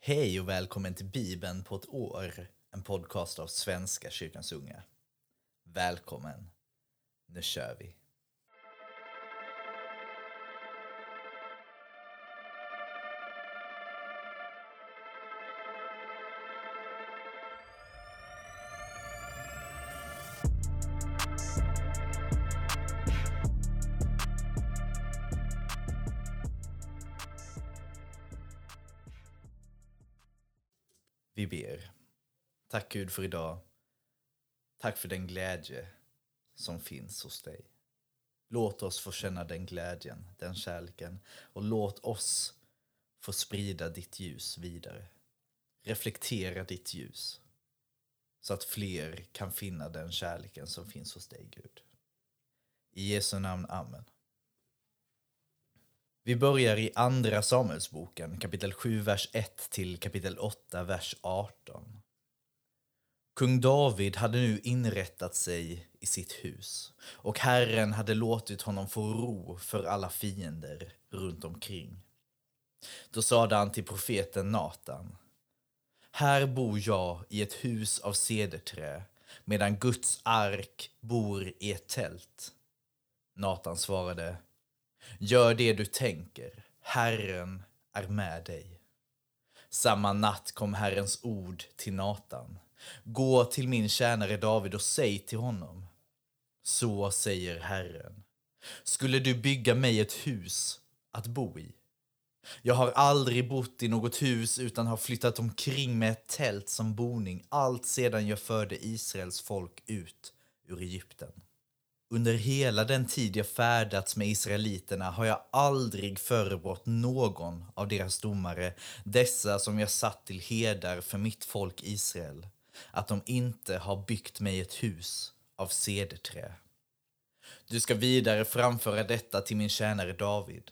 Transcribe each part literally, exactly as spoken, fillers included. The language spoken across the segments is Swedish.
Hej och välkommen till Bibeln på ett år, en podcast av Svenska kyrkans unga. Välkommen, nu kör vi. Vi ber. Tack Gud för idag. Tack för den glädje som finns hos dig. Låt oss få känna den glädjen, den kärleken. Och låt oss få sprida ditt ljus vidare. Reflektera ditt ljus. Så att fler kan finna den kärleken som finns hos dig, Gud. I Jesu namn, amen. Vi börjar i andra Samuelsboken, kapitel sju, vers ett till kapitel åtta, vers arton. Kung David hade nu inrättat sig i sitt hus, och Herren hade låtit honom få ro för alla fiender runt omkring. Då sade han till profeten Natan: Här bor jag i ett hus av cederträ, medan Guds ark bor i ett tält. Natan svarade: Gör det du tänker, Herren är med dig. Samma natt kom Herrens ord till Natan: Gå till min tjänare David och säg till honom: Så säger Herren, skulle du bygga mig ett hus att bo i? Jag har aldrig bott i något hus utan har flyttat omkring med ett tält som boning allt sedan jag förde Israels folk ut ur Egypten. Under hela den tid jag färdats med israeliterna har jag aldrig förebrått någon av deras domare, dessa som jag satt till herdar för mitt folk Israel, att de inte har byggt mig ett hus av cederträ. Du ska vidare framföra detta till min tjänare David.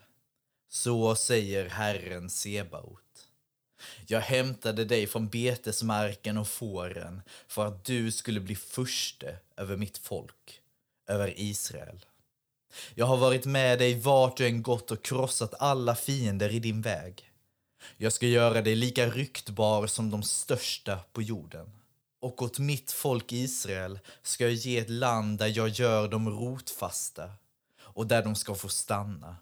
Så säger Herren Sebaot: Jag hämtade dig från betesmarken och fåren för att du skulle bli furste över mitt folk, över Israel. Jag har varit med dig vart du än gått och krossat alla fiender i din väg. Jag ska göra dig lika ryktbar som de största på jorden. Och åt mitt folk Israel ska jag ge ett land där jag gör dem rotfasta och där de ska få stanna.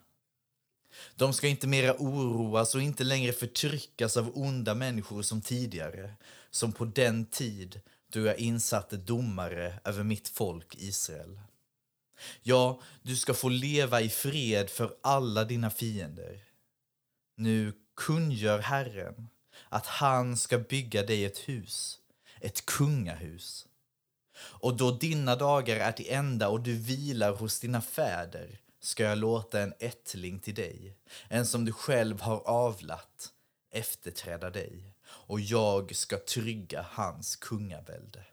De ska inte mera oroas och inte längre förtryckas av onda människor som tidigare, som på den tid då jag insatte domare över mitt folk Israel. Ja, du ska få leva i fred för alla dina fiender. Nu kungör Herren att han ska bygga dig ett hus, ett kungahus. Och då dina dagar är till ända och du vilar hos dina fäder ska jag låta en ättling till dig, en som du själv har avlat, efterträda dig, och jag ska trygga hans kungavälde.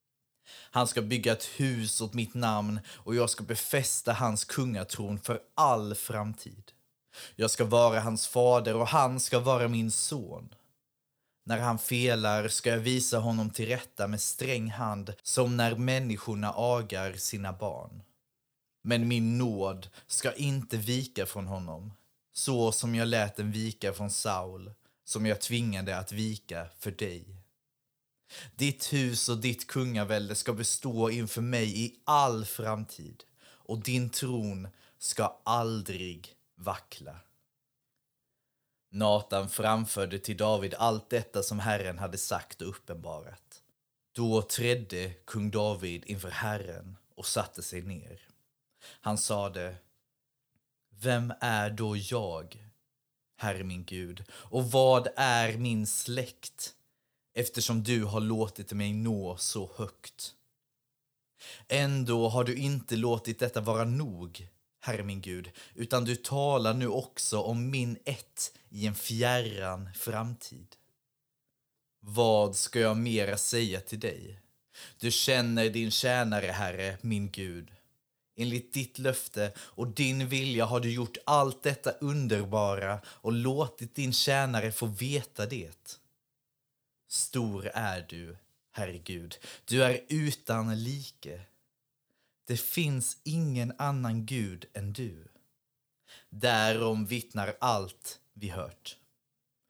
Han ska bygga ett hus åt mitt namn och jag ska befästa hans kungatron för all framtid. Jag ska vara hans fader och han ska vara min son. När han felar ska jag visa honom till rätta med sträng hand, som när människorna agar sina barn. Men min nåd ska inte vika från honom, så som jag lät den vika från Saul, som jag tvingade att vika för dig. Ditt hus och ditt kungavälde ska bestå inför mig i all framtid, och din tron ska aldrig vackla. Natan framförde till David allt detta som Herren hade sagt och uppenbarat. Då trädde kung David inför Herren och satte sig ner. Han sade: Vem är då jag, Herre min Gud, och vad är min släkt, eftersom du har låtit mig nå så högt? Ändå har du inte låtit detta vara nog, Herre min Gud, utan du talar nu också om min ett i en fjärran framtid. Vad ska jag mera säga till dig? Du känner din tjänare, Herre min Gud. Enligt ditt löfte och din vilja har du gjort allt detta underbara och låtit din tjänare få veta det. Stor är du, Herre Gud. Du är utan like. Det finns ingen annan Gud än du. Därom vittnar allt vi hört.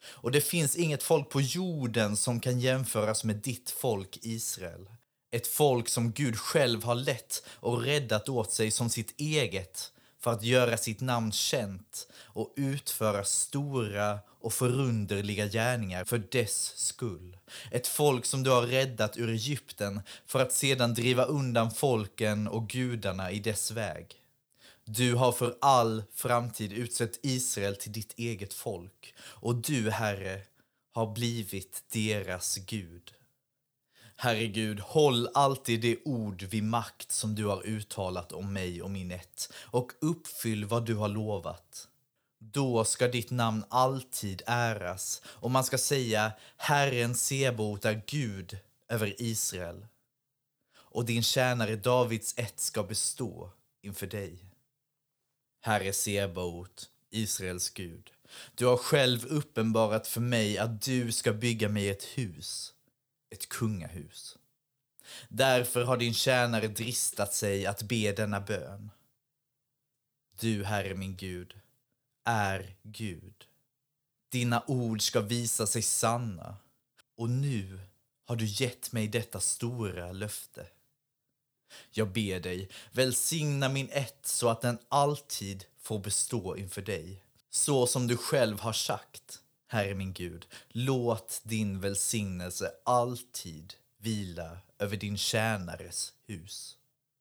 Och det finns inget folk på jorden som kan jämföras med ditt folk Israel. Ett folk som Gud själv har lett och räddat åt sig som sitt eget för att göra sitt namn känt och utföra stora och förunderliga gärningar för dess skull. Ett folk som du har räddat ur Egypten för att sedan driva undan folken och gudarna i dess väg. Du har för all framtid utsett Israel till ditt eget folk, och du, Herre, har blivit deras Gud. Herre Gud, håll alltid det ord vid makt som du har uttalat om mig och min ett, och uppfyll vad du har lovat. Då ska ditt namn alltid äras, och man ska säga: Herren Sebaot är Gud över Israel. Och din tjänare Davids ett ska bestå inför dig. Herre Sebaot, Israels Gud, du har själv uppenbarat för mig att du ska bygga mig ett hus, ett kungahus. Därför har din tjänare dristat sig att be denna bön. Du, Herre min Gud, är Gud. Dina ord ska visa sig sanna, och nu har du gett mig detta stora löfte. Jag ber dig, välsigna min ett så att den alltid får bestå inför dig. Så som du själv har sagt, Herre min Gud, låt din välsignelse alltid vila över din tjänares hus.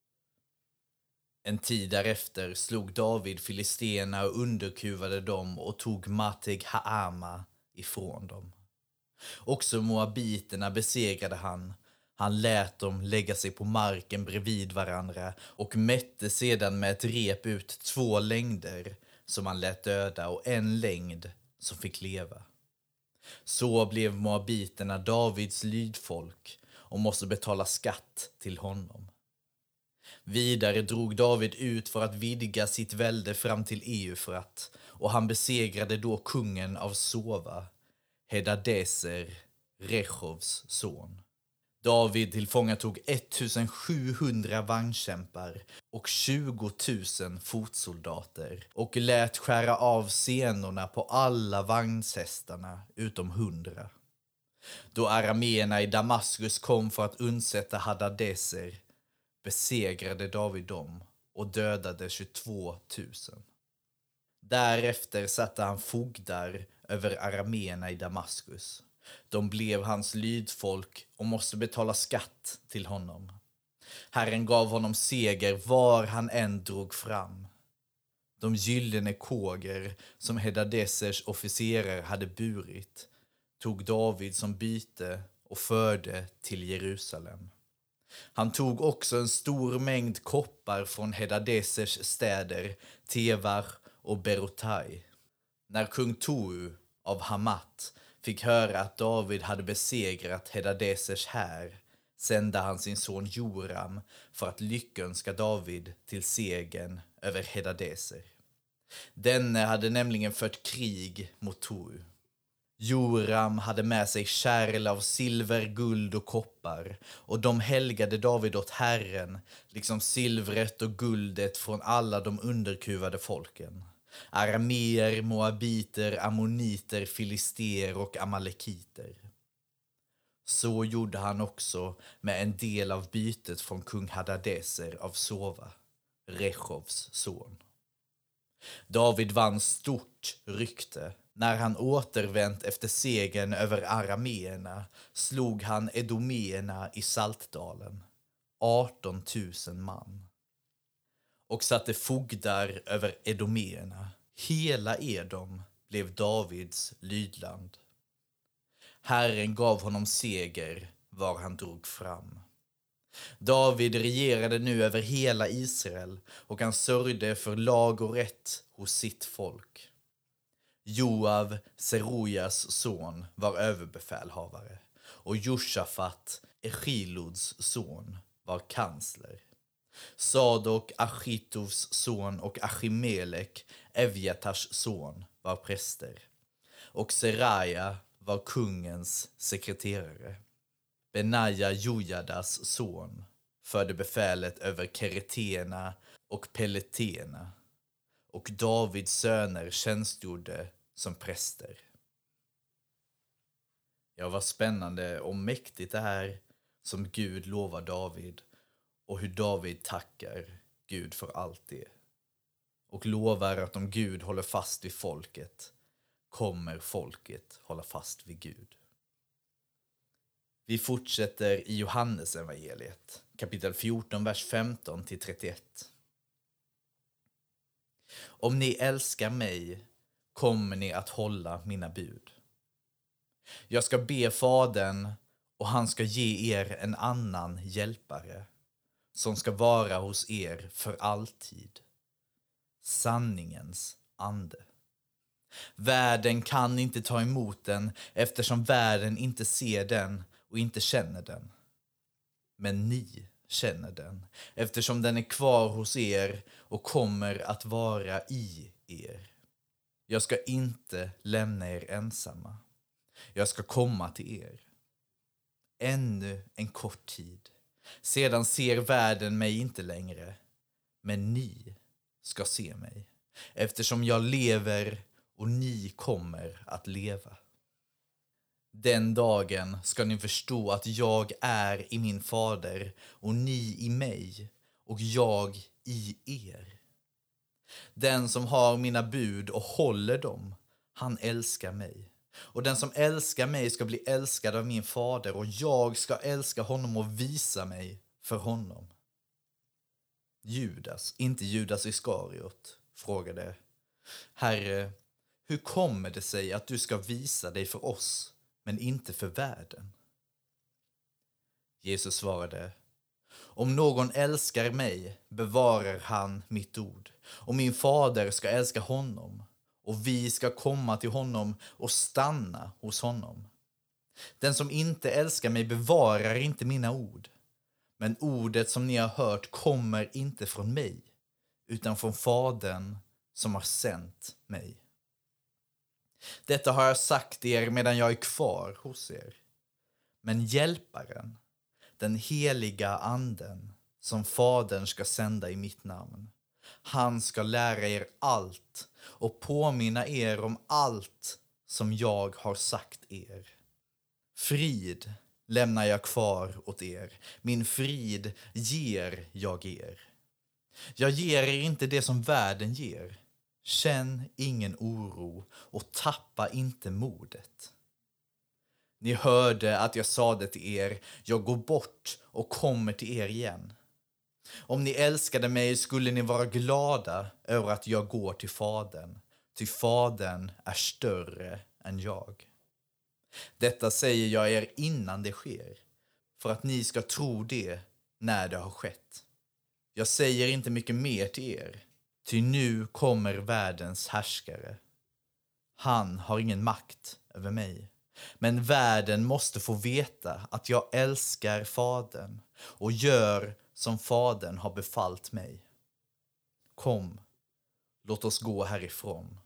En tid därefter slog David filisterna och underkuvade dem och tog Mateg Haama ifrån dem. Också moabiterna besegrade han. Han lät dem lägga sig på marken bredvid varandra och mätte sedan med ett rep ut två längder som han lät döda och en längd som fick leva. Så blev moabiterna Davids lydfolk och måste betala skatt till honom. Vidare drog David ut för att vidga sitt välde fram till Eufrat, och han besegrade då kungen av Sova, Hadadeser, Rechovs son. David tillfångatog ettusensjuhundra vagnkämpar och tjugotusen fotsoldater och lät skära av senorna på alla vagnshästarna utom hundra. Då arameerna i Damaskus kom för att undsätta Hadadeser besegrade David dem och dödade tjugotvåtusen. Därefter satte han fogdar över arameerna i Damaskus. De blev hans lydfolk och måste betala skatt till honom. Herren gav honom seger var han än drog fram. De gyllene kåger som Hadadesers officerare hade burit tog David som byte och förde till Jerusalem. Han tog också en stor mängd koppar från Hadadesers städer, Tevar och Berotai. När kung Tou av Hamat fick höra att David hade besegrat Hadadesers här, sände han sin son Joram för att lyckönska David till segern över Hadadeser. Denne hade nämligen fört krig mot Tou. Joram hade med sig kärl av silver, guld och koppar, och de helgade David åt Herren, liksom silvret och guldet från alla de underkuvade folken. Arameer, moabiter, ammoniter, filister och amalekiter. Så gjorde han också med en del av bytet från kung Hadadeser av Sova, Rechovs son. David vann stort rykte. När han återvänt efter segern över arameerna slog han edomeerna i Saltdalen, arton tusen man, och satte fogdar över edomeerna. Hela Edom blev Davids lydland. Herren gav honom seger var han drog fram. David regerade nu över hela Israel, och han sörjde för lag och rätt hos sitt folk. Joav, Serujas son, var överbefälhavare, och Josafat, Echiluds son, var kansler. Sadok, Achitovs son, och Achimelek, Evjatars son, var präster, och Seraja var kungens sekreterare. Benaja, Jojadas son, förde befälet över kereterna och peleterna, och Davids söner tjänstgjorde som präster. Ja, vad spännande och mäktigt det här som Gud lovar David och hur David tackar Gud för allt det. Och lovar att om Gud håller fast vid folket kommer folket hålla fast vid Gud. Vi fortsätter i Johannes evangeliet, kapitel fjorton, vers femton till trettioett. Om ni älskar mig kommer ni att hålla mina bud. Jag ska be Fadern och han ska ge er en annan hjälpare som ska vara hos er för alltid. Sanningens ande. Världen kan inte ta emot den eftersom världen inte ser den och inte känner den. Men ni känner den eftersom den är kvar hos er och kommer att vara i er. Jag ska inte lämna er ensamma. Jag ska komma till er. Ännu en kort tid. Sedan ser världen mig inte längre. Men ni ska se mig. Eftersom jag lever och ni kommer att leva. Den dagen ska ni förstå att jag är i min fader och ni i mig och jag i er. Den som har mina bud och håller dem, han älskar mig. Och den som älskar mig ska bli älskad av min fader och jag ska älska honom och visa mig för honom. Judas, inte Judas Iskariot, frågade: Herre, hur kommer det sig att du ska visa dig för oss, men inte för världen? Jesus svarade: Om någon älskar mig bevarar han mitt ord, och min fader ska älska honom, och vi ska komma till honom och stanna hos honom. Den som inte älskar mig bevarar inte mina ord, men ordet som ni har hört kommer inte från mig, utan från Fadern som har sänt mig. Detta har jag sagt er medan jag är kvar hos er. Men hjälparen, den heliga anden, som Fadern ska sända i mitt namn, han ska lära er allt och påminna er om allt som jag har sagt er. Frid lämnar jag kvar åt er. Min frid ger jag er. Jag ger er inte det som världen ger. Känn ingen oro och tappa inte modet. Ni hörde att jag sade till er, jag går bort och kommer till er igen. Om ni älskade mig skulle ni vara glada över att jag går till Fadern, ty Fadern är större än jag. Detta säger jag er innan det sker, för att ni ska tro det när det har skett. Jag säger inte mycket mer till er, ty nu kommer världens härskare. Han har ingen makt över mig, men världen måste få veta att jag älskar Fadern och gör som Fadern har befallt mig. Kom, låt oss gå härifrån.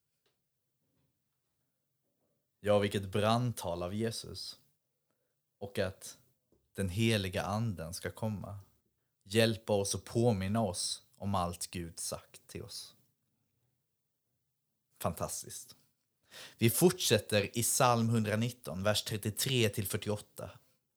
Ja, vilket brandtal av Jesus. Och att den heliga anden ska komma. Hjälpa oss och påminna oss om allt Gud sagt till oss. Fantastiskt. Vi fortsätter i psalm etthundranitton, vers trettiotre till fyrtioåtta.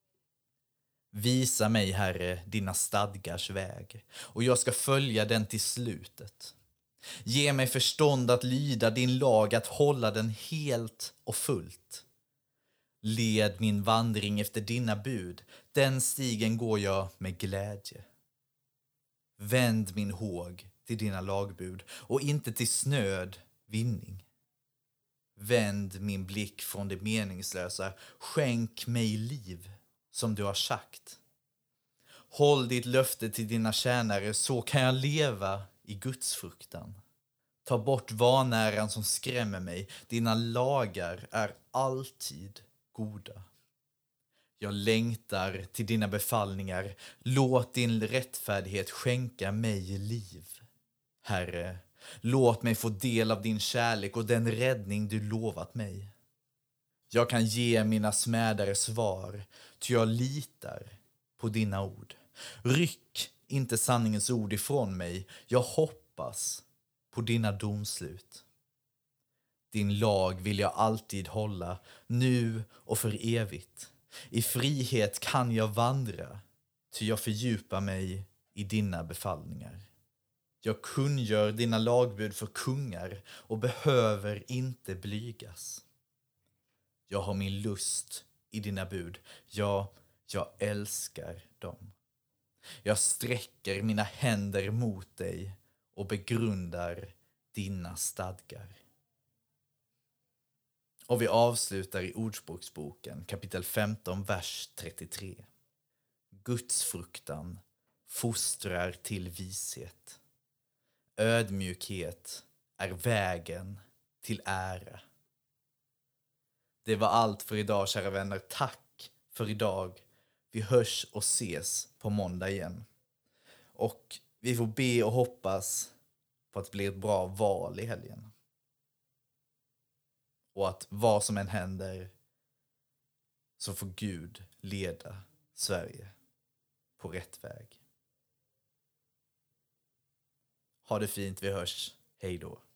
Visa mig, Herre, dina stadgars väg, och jag ska följa den till slutet. Ge mig förstånd att lyda din lag, att hålla den helt och fullt. Led min vandring efter dina bud, den stigen går jag med glädje. Vänd min håg till dina lagbud och inte till snöd vinning. Vänd min blick från det meningslösa, skänk mig liv som du har sagt. Håll ditt löfte till dina tjänare, så kan jag leva i Guds fruktan. Ta bort vanäran som skrämmer mig, dina lagar är alltid goda. Jag längtar till dina befallningar, låt din rättfärdighet skänka mig liv. Herre, låt mig få del av din kärlek och den räddning du lovat mig. Jag kan ge mina smädare svar, ty jag litar på dina ord. Ryck inte sanningens ord ifrån mig, jag hoppas på dina domslut. Din lag vill jag alltid hålla, nu och för evigt. I frihet kan jag vandra, ty jag fördjupar mig i dina befallningar. Jag kungör dina lagbud för kungar och behöver inte blygas. Jag har min lust i dina bud, ja, jag älskar dem. Jag sträcker mina händer mot dig och begrundar dina stadgar. Och vi avslutar i Ordspråksboken kapitel femton, vers trettiotre. Guds fruktan fostrar till vishet. Ödmjukhet är vägen till ära. Det var allt för idag, kära vänner. Tack för idag. Vi hörs och ses på måndag igen. Och vi får be och hoppas på att det blir ett bra val i helgen. Och att vad som än händer så får Gud leda Sverige på rätt väg. Ha det fint, vi hörs. Hej då.